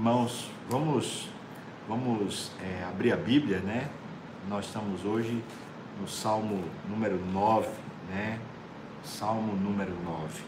Irmãos, vamos abrir a Bíblia, né? Nós estamos hoje no Salmo número 9, né? Salmo número 9.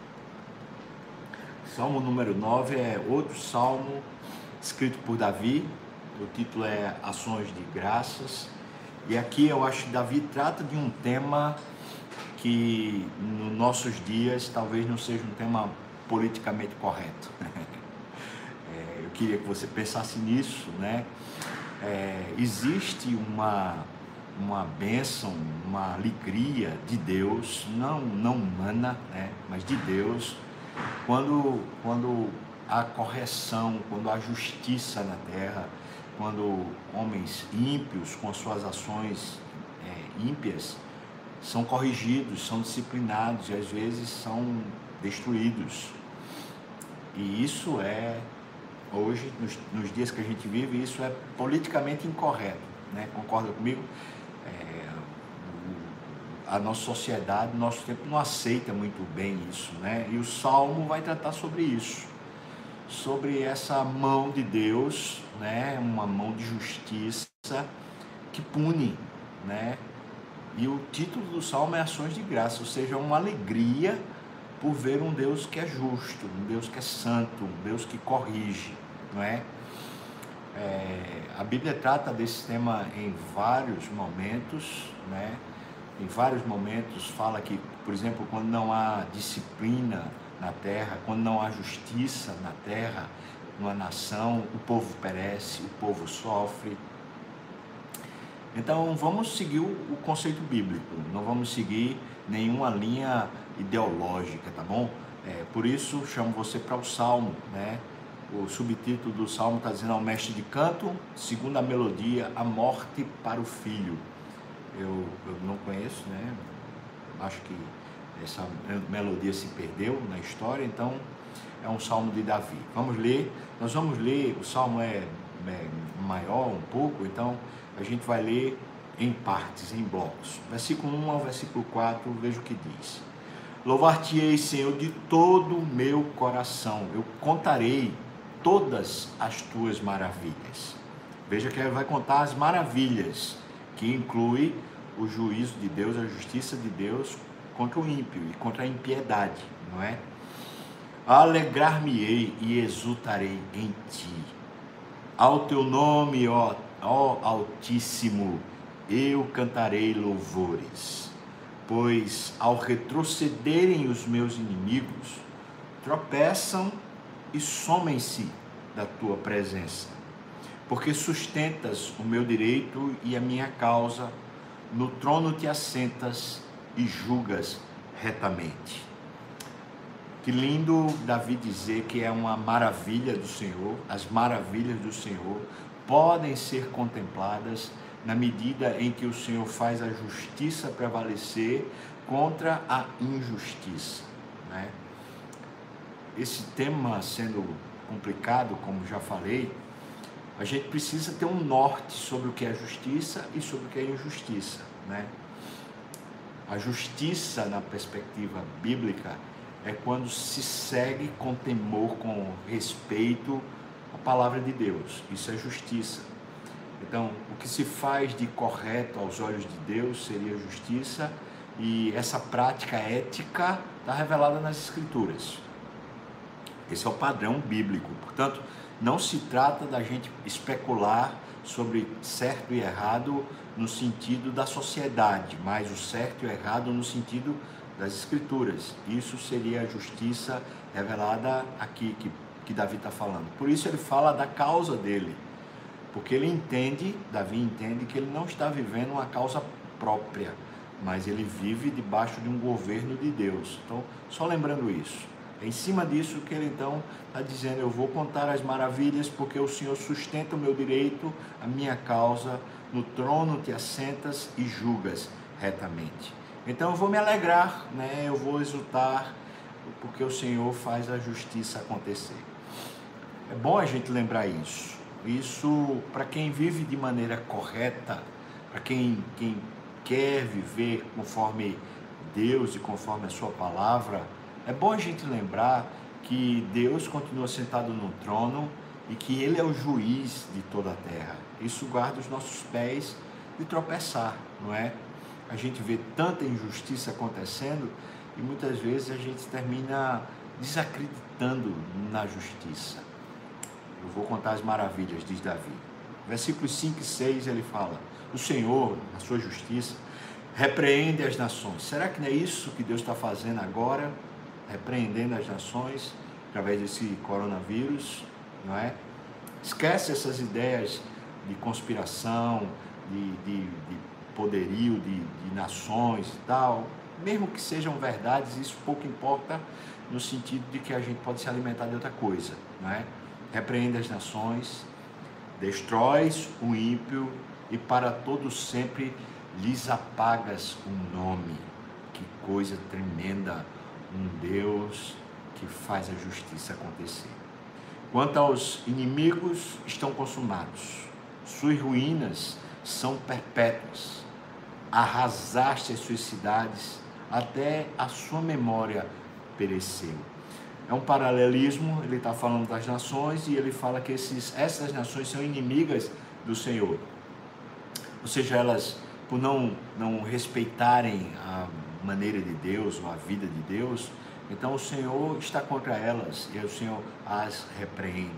Salmo número 9 é outro salmo escrito por Davi. O título é Ações de Graças. E aqui eu acho que Davi trata de um tema que nos nossos dias talvez não seja um tema politicamente correto. Eu queria que você pensasse nisso, né? Existe uma bênção, uma alegria de Deus, não humana, né? Mas de Deus, quando há correção, quando há justiça na terra, quando homens ímpios com suas ações ímpias são corrigidos, são disciplinados e às vezes são destruídos. E isso hoje, nos dias que a gente vive, isso é politicamente incorreto, né? Concorda comigo? A nossa sociedade, nosso tempo não aceita muito bem isso, né? E o Salmo vai tratar sobre isso, sobre essa mão de Deus, né? Uma mão de justiça que pune, né? E o título do Salmo é Ações de Graça, ou seja, uma alegria por ver um Deus que é justo, um Deus que é santo, um Deus que corrige, não é? A Bíblia trata desse tema em vários momentos, né? Em vários momentos fala que, por exemplo, quando não há disciplina na terra, quando não há justiça na terra, numa nação, o povo perece, o povo sofre. Então vamos seguir o conceito bíblico, não vamos seguir nenhuma linha ideológica, tá bom? Por isso chamo você para o Salmo, né? O subtítulo do Salmo está dizendo: ao mestre de canto, segundo a melodia, a morte para o filho. Eu não conheço, né? Acho que essa melodia se perdeu na história, então é um Salmo de Davi. Vamos ler, nós vamos ler, o Salmo é maior um pouco, então a gente vai ler em partes, em blocos. Versículo 1 ao versículo 4, veja o que diz: Louvar-te-ei, Senhor, de todo o meu coração, eu contarei todas as tuas maravilhas. Veja que ele vai contar as maravilhas, que inclui o juízo de Deus, a justiça de Deus contra o ímpio e contra a impiedade, não é? Alegrar-me-ei e exultarei em ti. Ao teu nome, ó Altíssimo, eu cantarei louvores, pois ao retrocederem os meus inimigos, tropeçam e somem-se da tua presença, porque sustentas o meu direito e a minha causa, no trono te assentas e julgas retamente. Que lindo Davi dizer que é uma maravilha do Senhor. As maravilhas do Senhor podem ser contempladas na medida em que o Senhor faz a justiça prevalecer contra a injustiça, né? Esse tema sendo complicado, como já falei, a gente precisa ter um norte sobre o que é justiça e sobre o que é injustiça, né? A justiça, na perspectiva bíblica, é quando se segue com temor, com respeito à palavra de Deus. Isso é justiça. Então, o que se faz de correto aos olhos de Deus seria justiça, e essa prática ética está revelada nas Escrituras. Esse é o padrão bíblico. Portanto, não se trata da gente especular sobre certo e errado no sentido da sociedade, mas o certo e o errado no sentido das Escrituras. Isso seria a justiça revelada aqui, que Davi está falando. Por isso ele fala da causa dele, porque ele entende, Davi entende que ele não está vivendo uma causa própria, mas ele vive debaixo de um governo de Deus. Então, só lembrando isso. É em cima disso que ele então está dizendo: eu vou contar as maravilhas, porque o Senhor sustenta o meu direito, a minha causa, no trono te assentas e julgas retamente. Então eu vou me alegrar, né? Eu vou exultar, porque o Senhor faz a justiça acontecer. É bom a gente lembrar isso. Isso, para quem vive de maneira correta, para quem quer viver conforme Deus e conforme a sua palavra, é bom a gente lembrar que Deus continua sentado no trono e que Ele é o juiz de toda a terra. Isso guarda os nossos pés de tropeçar, não é? A gente vê tanta injustiça acontecendo e muitas vezes a gente termina desacreditando na justiça. Eu vou contar as maravilhas, diz Davi. Versículos 5 e 6 ele fala: o Senhor, na sua justiça, repreende as nações. Será que não é isso que Deus está fazendo agora? Repreendendo as nações através desse coronavírus, não é? Esquece essas ideias de conspiração, de poderio de nações e tal. Mesmo que sejam verdades, isso pouco importa, no sentido de que a gente pode se alimentar de outra coisa, não é? Repreende as nações, destróis o ímpio e para todos sempre lhes apagas o nome. Que coisa tremenda, um Deus que faz a justiça acontecer. Quanto aos inimigos, estão consumados, suas ruínas são perpétuas, arrasaste as suas cidades, até a sua memória pereceu. É um paralelismo, ele está falando das nações e ele fala que essas nações são inimigas do Senhor. Ou seja, elas, por não respeitarem a maneira de Deus ou a vida de Deus, então o Senhor está contra elas e o Senhor as repreende.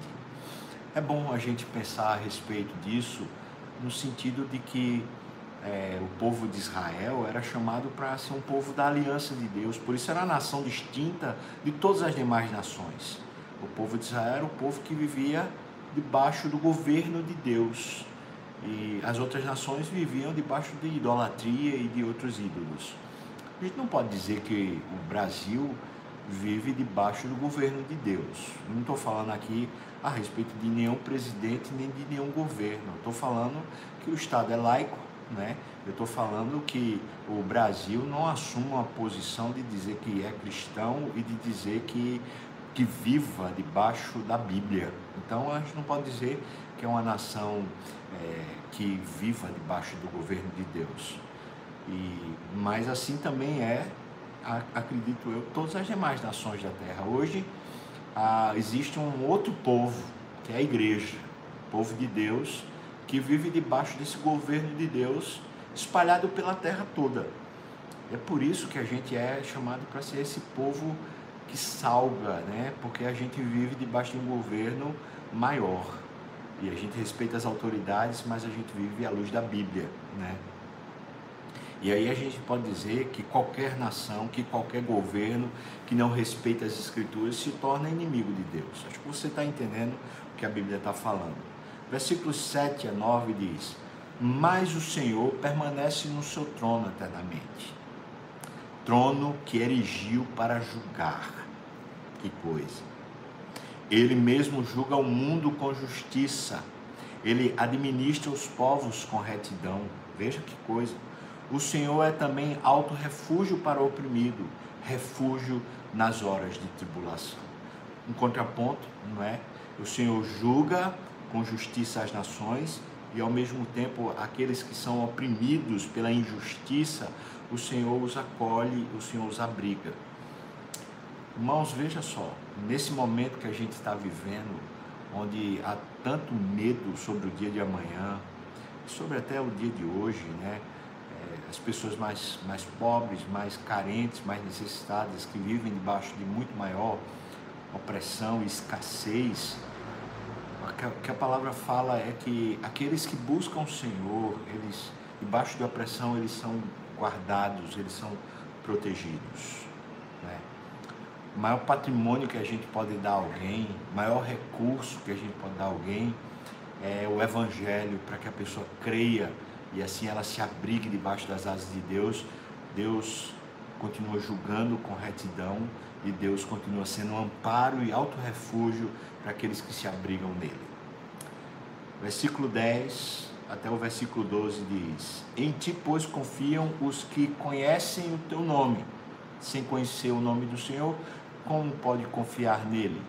É bom a gente pensar a respeito disso, no sentido de que o povo de Israel era chamado para ser um povo da aliança de Deus, por isso era a nação distinta de todas as demais nações. O povo de Israel era o povo que vivia debaixo do governo de Deus, e as outras nações viviam debaixo de idolatria e de outros ídolos. A gente não pode dizer que o Brasil vive debaixo do governo de Deus. Não estou falando aqui a respeito de nenhum presidente nem de nenhum governo. Estou falando que o Estado é laico, né? Eu estou falando que o Brasil não assume uma posição de dizer que é cristão e de dizer que viva debaixo da Bíblia. Então a gente não pode dizer que é uma nação que viva debaixo do governo de Deus. Mas assim também acredito eu, todas as demais nações da terra. Hoje existe um outro povo, que é a igreja, o povo de Deus, que vive debaixo desse governo de Deus, espalhado pela terra toda. É por isso que a gente é chamado para ser esse povo que salga, né? Porque a gente vive debaixo de um governo maior. E a gente respeita as autoridades, mas a gente vive à luz da Bíblia, né? E aí a gente pode dizer que qualquer nação, que qualquer governo que não respeita as Escrituras se torna inimigo de Deus. Acho que você está entendendo o que a Bíblia está falando. Versículos 7 a 9 diz: mas o Senhor permanece no seu trono eternamente, trono que erigiu para julgar. Que coisa! Ele mesmo julga o mundo com justiça, ele administra os povos com retidão. Veja que coisa! O Senhor é também alto refúgio para o oprimido, refúgio nas horas de tribulação. Um contraponto, não é? O Senhor julga com justiça as nações e ao mesmo tempo aqueles que são oprimidos pela injustiça, o Senhor os acolhe, o Senhor os abriga. Irmãos, veja só, nesse momento que a gente está vivendo, onde há tanto medo sobre o dia de amanhã, sobre até o dia de hoje, né? As pessoas mais pobres, mais carentes, mais necessitadas, que vivem debaixo de muito maior opressão e escassez. O que a palavra fala é que aqueles que buscam o Senhor, eles, debaixo de opressão, eles são guardados, eles são protegidos, né? O maior patrimônio que a gente pode dar a alguém, o maior recurso que a gente pode dar a alguém é o Evangelho, para que a pessoa creia e assim ela se abrigue debaixo das asas de Deus. Deus continua julgando com retidão e Deus continua sendo um amparo e alto refúgio para aqueles que se abrigam nele. Versículo 10 até o versículo 12 diz: em ti, pois, confiam os que conhecem o teu nome. Sem conhecer o nome do Senhor, como pode confiar nele?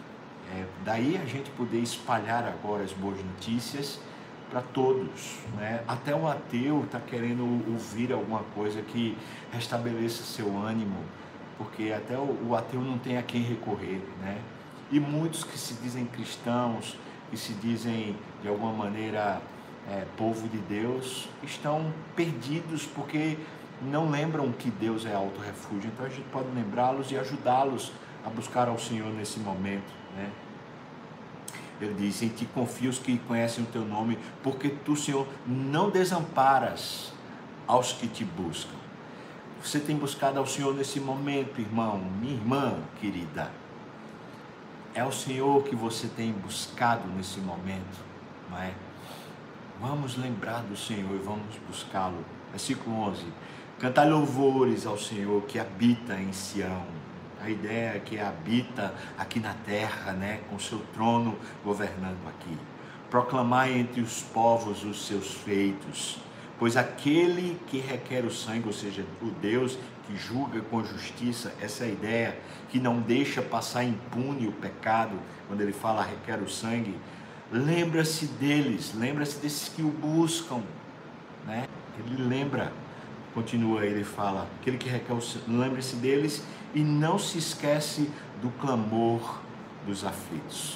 Daí a gente poder espalhar agora as boas notícias para todos, né? Até o ateu está querendo ouvir alguma coisa que restabeleça seu ânimo, porque até o ateu não tem a quem recorrer, né? E muitos que se dizem cristãos, que se dizem de alguma maneira povo de Deus, estão perdidos porque não lembram que Deus é alto refúgio. Então a gente pode lembrá-los e ajudá-los a buscar ao Senhor nesse momento, né? Ele diz: em ti confio os que conhecem o teu nome, porque tu, Senhor, não desamparas aos que te buscam. Você tem buscado ao Senhor nesse momento, irmão, minha irmã querida? É o Senhor que você tem buscado nesse momento, não é? Vamos lembrar do Senhor e vamos buscá-lo. Versículo 11: cantai louvores ao Senhor que habita em Sião. A ideia é que habita aqui na terra, né, com seu trono governando aqui. Proclamai entre os povos os seus feitos, pois aquele que requer o sangue, ou seja, o Deus que julga com justiça, essa é a ideia, que não deixa passar impune o pecado, quando ele fala requer o sangue, lembra-se deles, lembra-se desses que o buscam, né? Ele lembra, continua, ele fala, aquele que requer o sangue, lembra-se deles e não se esquece do clamor dos aflitos.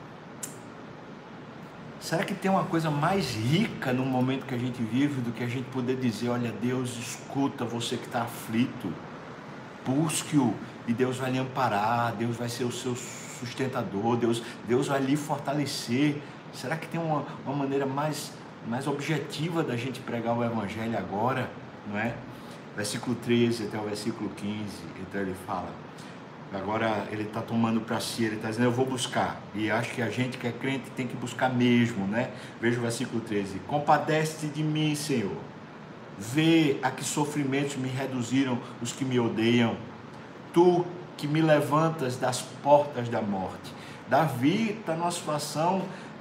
Será que tem uma coisa mais rica no momento que a gente vive do que a gente poder dizer: olha, Deus escuta você que está aflito, busque-o e Deus vai lhe amparar, Deus vai ser o seu sustentador, Deus vai lhe fortalecer. Será que tem uma maneira mais objetiva da gente pregar o Evangelho agora, não é? Versículo 13 até o versículo 15, então ele fala, agora ele está tomando para si, ele está dizendo: eu vou buscar, e acho que a gente que é crente tem que buscar mesmo, né? Veja o versículo 13: compadece-te de mim, Senhor, vê a que sofrimentos me reduziram os que me odeiam, tu que me levantas das portas da morte. Davi está numa situação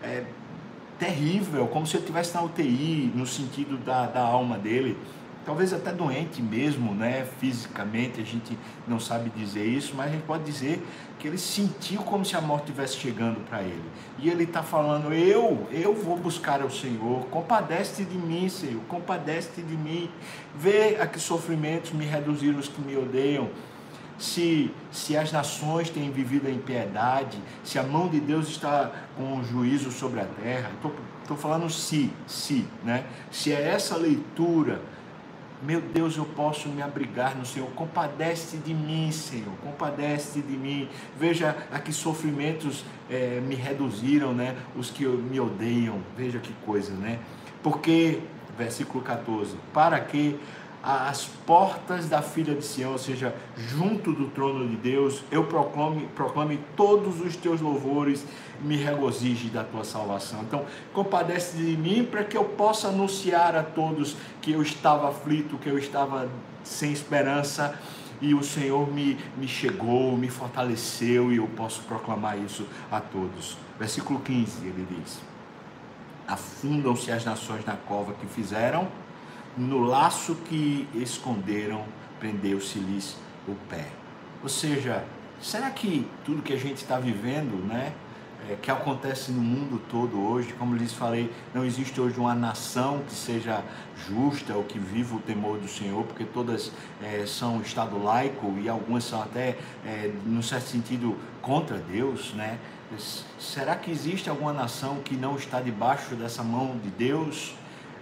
terrível, como se ele estivesse na UTI, no sentido da alma dele, talvez até doente mesmo, né? Fisicamente, a gente não sabe dizer isso, mas a gente pode dizer que ele sentiu como se a morte estivesse chegando para ele, e ele está falando: eu vou buscar ao Senhor, compadece-te de mim, Senhor, compadece-te de mim, vê a que sofrimentos me reduziram os que me odeiam. Se as nações têm vivido a impiedade, se a mão de Deus está com um juízo sobre a terra, estou falando né? Se é essa leitura, meu Deus, eu posso me abrigar no Senhor. Compadece de mim, Senhor, compadece de mim. Veja a que sofrimentos me reduziram, né? Os que me odeiam. Veja que coisa, né? Porque, versículo 14, para que as portas da filha de Sião, ou seja, junto do trono de Deus, eu proclame todos os teus louvores, me regozije da tua salvação. Então, compadece de mim para que eu possa anunciar a todos que eu estava aflito, que eu estava sem esperança, e o Senhor me chegou, me fortaleceu, e eu posso proclamar isso a todos. Versículo 15, ele diz: afundam-se as nações na cova que fizeram, no laço que esconderam, prendeu-se-lhes o pé. Ou seja, será que tudo que a gente está vivendo, né, que acontece no mundo todo hoje, como lhes falei, não existe hoje uma nação que seja justa ou que viva o temor do Senhor, porque todas são Estado laico e algumas são até, num certo sentido, contra Deus, né? Será que existe alguma nação que não está debaixo dessa mão de Deus?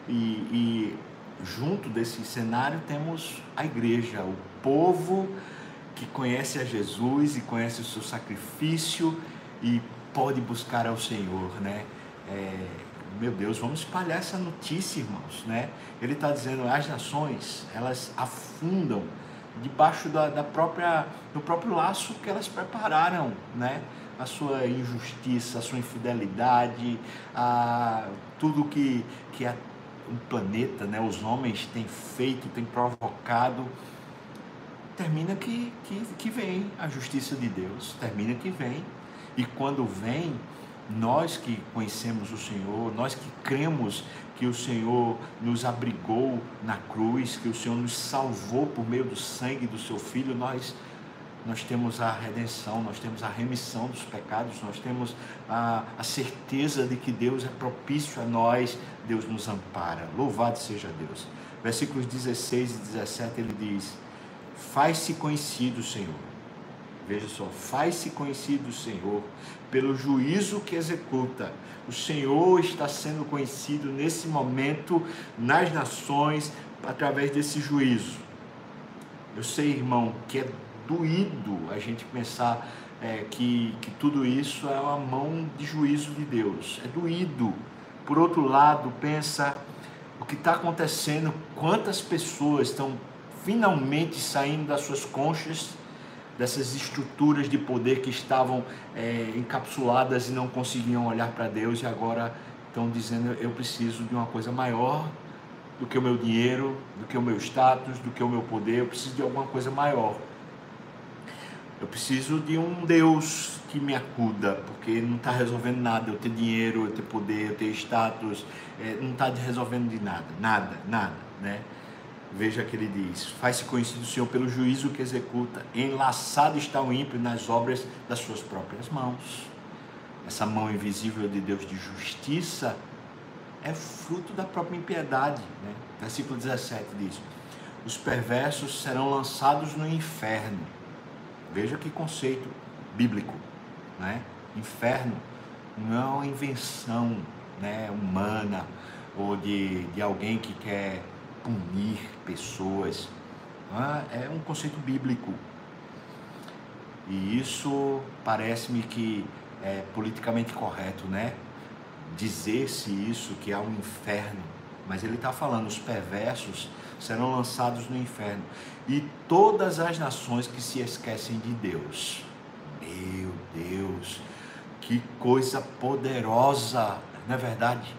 E junto desse cenário temos a igreja, o povo que conhece a Jesus e conhece o seu sacrifício e pode buscar ao Senhor, né? Meu Deus, vamos espalhar essa notícia, irmãos, né? Ele está dizendo: as nações, elas afundam debaixo do próprio laço que elas prepararam, né? A sua injustiça, a sua infidelidade, tudo que o planeta, né, os homens têm feito, têm provocado, termina que vem a justiça de Deus, termina que vem, e quando vem, nós que conhecemos o Senhor, nós que cremos que o Senhor nos abrigou na cruz, que o Senhor nos salvou por meio do sangue do seu Filho, nós temos a redenção, nós temos a remissão dos pecados, nós temos a certeza de que Deus é propício a nós, Deus nos ampara. Louvado seja Deus. Versículos 16 e 17 ele diz: Faz-se conhecido, Senhor. Veja só, faz-se conhecido, Senhor, pelo juízo que executa. O Senhor está sendo conhecido nesse momento nas nações através desse juízo. Eu sei, irmão, que é doído a gente pensar que tudo isso é uma mão de juízo de Deus. É doído. Por outro lado, pensa o que está acontecendo, quantas pessoas estão finalmente saindo das suas conchas, dessas estruturas de poder que estavam encapsuladas e não conseguiam olhar para Deus, e agora estão dizendo: eu preciso de uma coisa maior do que o meu dinheiro, do que o meu status, do que o meu poder. Eu preciso de alguma coisa maior. Eu preciso de um Deus que me acuda, porque não está resolvendo nada. Eu ter dinheiro, eu ter poder, eu ter status, não está resolvendo de nada, né? Veja que ele diz: faz-se conhecido o Senhor pelo juízo que executa, enlaçado está o ímpio nas obras das suas próprias mãos. Essa mão invisível de Deus de justiça é fruto da própria impiedade, né? Versículo 17 diz: os perversos serão lançados no inferno. Veja que conceito bíblico, né? Inferno não é uma invenção, né, humana, ou de alguém que quer punir pessoas. É um conceito bíblico. E isso parece-me que é politicamente correto, né? Dizer-se isso, que há um inferno. Mas ele está falando: os perversos serão lançados no inferno, e todas as nações que se esquecem de Deus. Meu Deus, que coisa poderosa, não é verdade?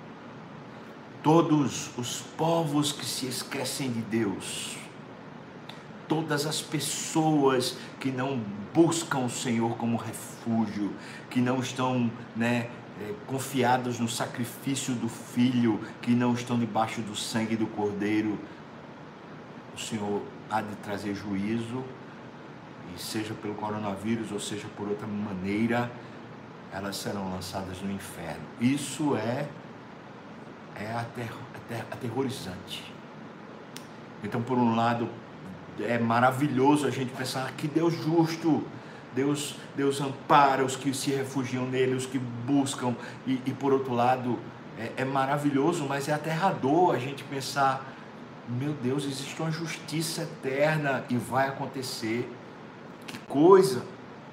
Todos os povos que se esquecem de Deus, todas as pessoas que não buscam o Senhor como refúgio, que não estão, confiados no sacrifício do Filho, que não estão debaixo do sangue do Cordeiro, o Senhor há de trazer juízo, e seja pelo coronavírus ou seja por outra maneira, elas serão lançadas no inferno. Isso é aterrorizante. Então, por um lado, é maravilhoso a gente pensar que Deus justo, Deus ampara os que se refugiam nele, os que buscam, e por outro lado, é maravilhoso, mas é aterrador a gente pensar: meu Deus, existe uma justiça eterna e vai acontecer. Que coisa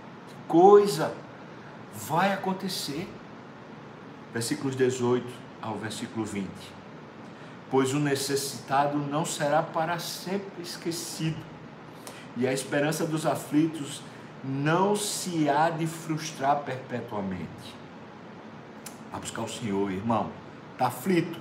vai acontecer. Versículos 18 ao versículo 20. Pois o necessitado não será para sempre esquecido, e a esperança dos aflitos não se há de frustrar perpetuamente. Vai buscar o Senhor, irmão. Está aflito,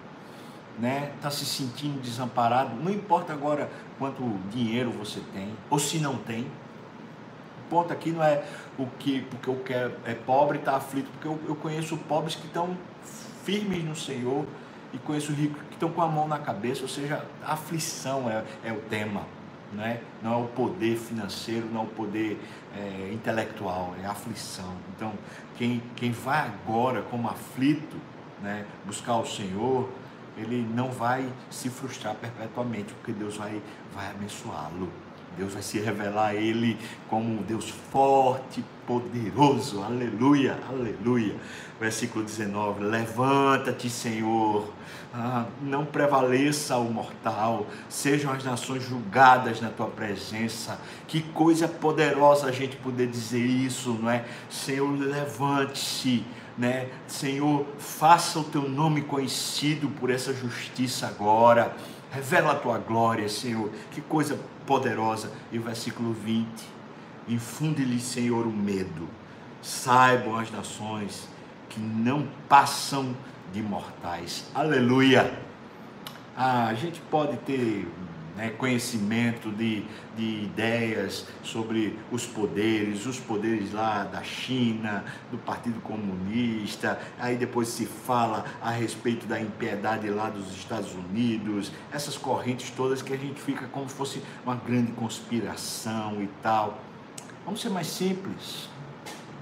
né? Está se sentindo desamparado. Não importa agora quanto dinheiro você tem, ou se não tem. O ponto aqui não é porque o que é pobre está aflito, porque eu conheço pobres que estão firmes no Senhor, e conheço ricos que estão com a mão na cabeça. Ou seja, a aflição é o tema, né? Não é o poder financeiro, não é o poder intelectual, é a aflição. Então, quem vai agora como aflito, né, buscar o Senhor, ele não vai se frustrar perpetuamente, porque Deus vai abençoá-lo. Deus vai se revelar a ele como um Deus forte, poderoso. Aleluia, aleluia. Versículo 19: levanta-te, Senhor, não prevaleça o mortal, sejam as nações julgadas na tua presença. Que coisa poderosa a gente poder dizer isso, não é? Senhor, levante-se, né? Senhor, faça o teu nome conhecido por essa justiça agora. Revela a tua glória, Senhor. Que coisa poderosa. E o versículo 20: infunde-lhe, Senhor, o medo. Saibam as nações que não passam de mortais. Aleluia. A gente pode ter conhecimento de ideias sobre os poderes lá da China, do Partido Comunista. Aí depois se fala a respeito da impiedade lá dos Estados Unidos, essas correntes todas que a gente fica como se fosse uma grande conspiração e tal. Vamos ser mais simples.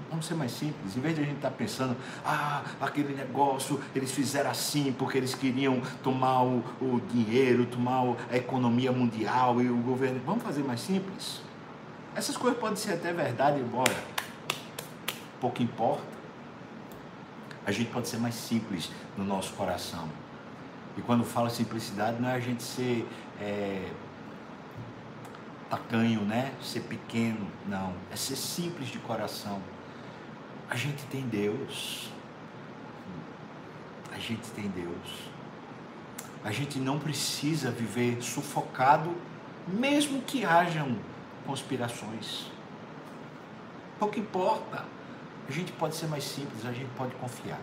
Vamos ser mais simples. Em vez de a gente estar pensando, aquele negócio, eles fizeram assim porque eles queriam tomar o dinheiro, tomar a economia mundial e o governo. Vamos fazer mais simples? Essas coisas podem ser até verdade, embora pouco importa. A gente pode ser mais simples no nosso coração. E quando falo simplicidade, não é a gente ser tacanho, né? Ser pequeno, não. É ser simples de coração. A gente tem Deus. A gente tem Deus. A gente não precisa viver sufocado, mesmo que hajam conspirações. Pouco importa. A gente pode ser mais simples, a gente pode confiar.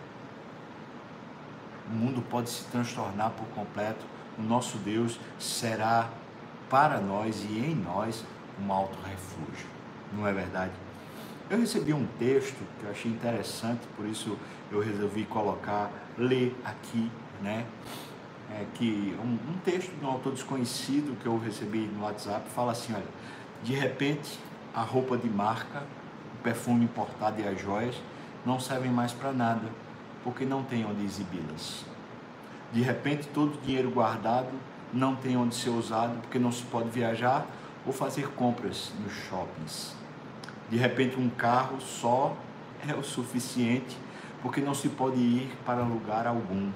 O mundo pode se transtornar por completo. O nosso Deus será para nós e em nós um alto refúgio. Não é verdade? Eu recebi um texto que eu achei interessante, por isso eu resolvi ler aqui, né? Que um texto de um autor desconhecido que eu recebi no WhatsApp fala assim, olha, de repente a roupa de marca, o perfume importado e as joias não servem mais para nada, porque não tem onde exibi-las. De repente todo o dinheiro guardado não tem onde ser usado, porque não se pode viajar ou fazer compras nos shoppings. De repente um carro só é o suficiente, porque não se pode ir para lugar algum.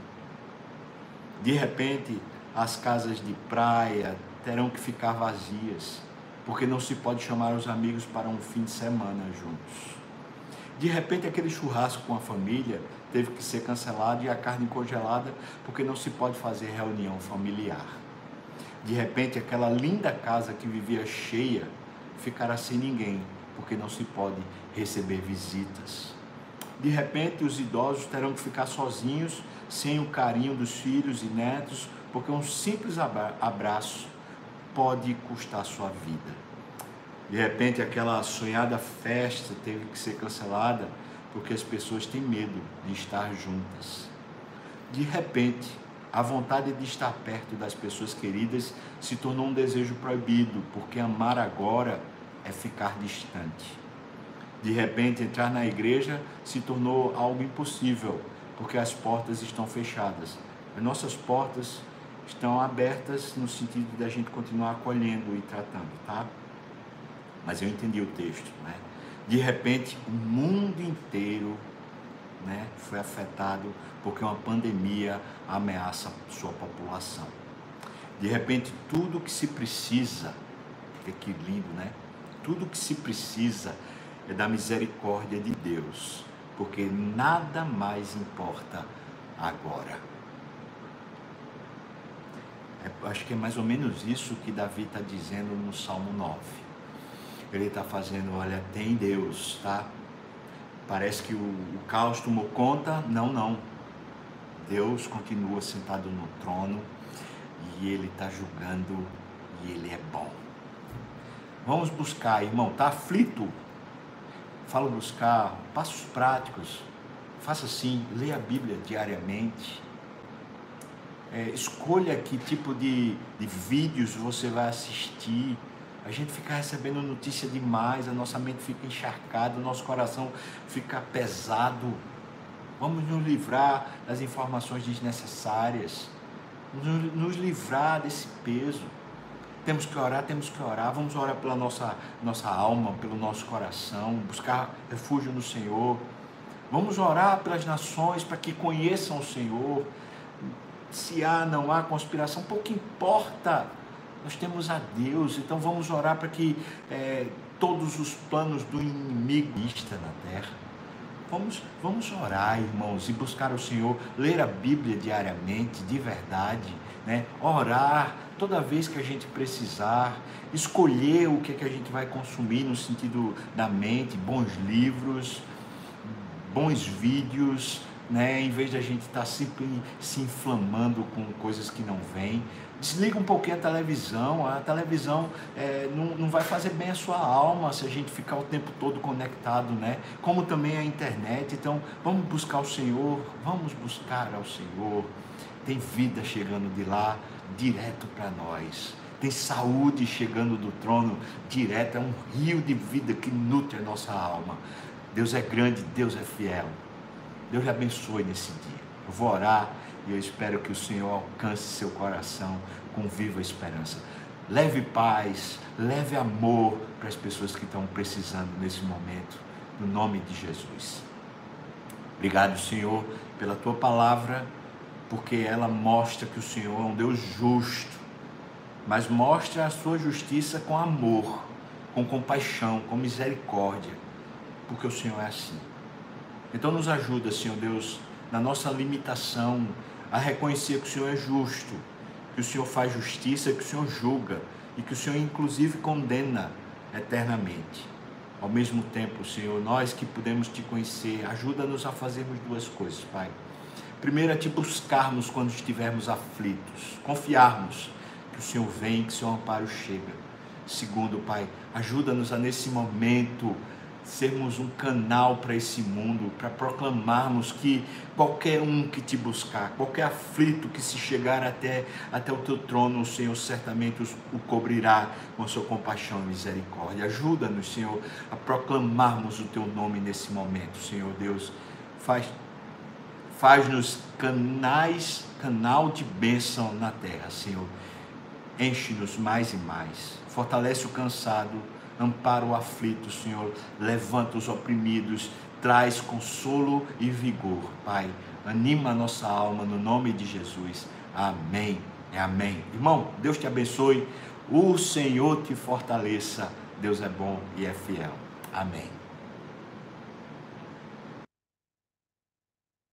De repente as casas de praia terão que ficar vazias, porque não se pode chamar os amigos para um fim de semana juntos. De repente aquele churrasco com a família teve que ser cancelado e a carne congelada, porque não se pode fazer reunião familiar. De repente aquela linda casa que vivia cheia ficará sem ninguém, porque não se pode receber visitas. De repente os idosos terão que ficar sozinhos, sem o carinho dos filhos e netos, porque um simples abraço pode custar sua vida. De repente aquela sonhada festa teve que ser cancelada, porque as pessoas têm medo de estar juntas. De repente a vontade de estar perto das pessoas queridas se tornou um desejo proibido, porque amar agora é ficar distante. De repente, entrar na igreja se tornou algo impossível, porque as portas estão fechadas. As nossas portas estão abertas no sentido de a gente continuar acolhendo e tratando, tá? Mas eu entendi o texto, né? De repente, o mundo inteiro, né, foi afetado porque uma pandemia ameaça sua população. De repente, tudo que se precisa, que lindo, né? Tudo que se precisa é da misericórdia de Deus, porque nada mais importa agora. Acho que é mais ou menos isso que Davi está dizendo no Salmo 9. Ele está fazendo, olha, tem Deus, tá? Parece que o caos tomou conta, não. Deus continua sentado no trono e Ele está julgando e Ele é bom. Vamos buscar, irmão, está aflito? Fala buscar passos práticos. Faça assim, leia a Bíblia diariamente. Escolha que tipo de vídeos você vai assistir. A gente fica recebendo notícia demais, a nossa mente fica encharcada, o nosso coração fica pesado. Vamos nos livrar das informações desnecessárias, nos livrar desse peso. Temos que orar, vamos orar pela nossa alma, pelo nosso coração, buscar refúgio no Senhor. Vamos orar pelas nações para que conheçam o Senhor. Se há, não há conspiração, pouco importa, nós temos a Deus, então vamos orar para que todos os planos do inimigo estejam na terra. Vamos orar, irmãos, e buscar o Senhor, ler a Bíblia diariamente, de verdade, né? Orar toda vez que a gente precisar, escolher o que a gente vai consumir no sentido da mente, bons livros, bons vídeos, né? Em vez de a gente estar sempre se inflamando com coisas que não vêm. Desliga um pouquinho a televisão não vai fazer bem a sua alma se a gente ficar o tempo todo conectado, né? Como também a internet. Então vamos buscar o Senhor, vamos buscar ao Senhor. Tem vida chegando de lá direto para nós, tem saúde chegando do trono direto, é um rio de vida que nutre a nossa alma. Deus é grande, Deus é fiel. Deus lhe abençoe nesse dia. Eu vou orar e eu espero que o Senhor alcance seu coração com viva esperança. Leve paz, leve amor para as pessoas que estão precisando nesse momento, no nome de Jesus. Obrigado, Senhor, pela tua palavra, porque ela mostra que o Senhor é um Deus justo, mas mostra a sua justiça com amor, com compaixão, com misericórdia, porque o Senhor é assim. Então nos ajuda, Senhor Deus, na nossa limitação, a reconhecer que o Senhor é justo, que o Senhor faz justiça, que o Senhor julga e que o Senhor inclusive condena eternamente. Ao mesmo tempo, Senhor, nós que podemos te conhecer, ajuda-nos a fazermos duas coisas, Pai. Primeiro, é te buscarmos quando estivermos aflitos, confiarmos que o Senhor vem, que o seu amparo chega. Segundo, Pai, ajuda-nos a nesse momento sermos um canal para esse mundo, para proclamarmos que qualquer um que te buscar, qualquer aflito que se chegar até o teu trono, o Senhor certamente o cobrirá com a sua compaixão e misericórdia. Ajuda-nos, Senhor, a proclamarmos o teu nome nesse momento, Senhor Deus. Faz-nos canal de bênção na terra, Senhor. Enche-nos mais e mais. Fortalece o cansado, ampara o aflito, Senhor. Levanta os oprimidos, traz consolo e vigor, Pai. Anima a nossa alma no nome de Jesus. Amém. Amém. Irmão, Deus te abençoe. O Senhor te fortaleça. Deus é bom e é fiel. Amém.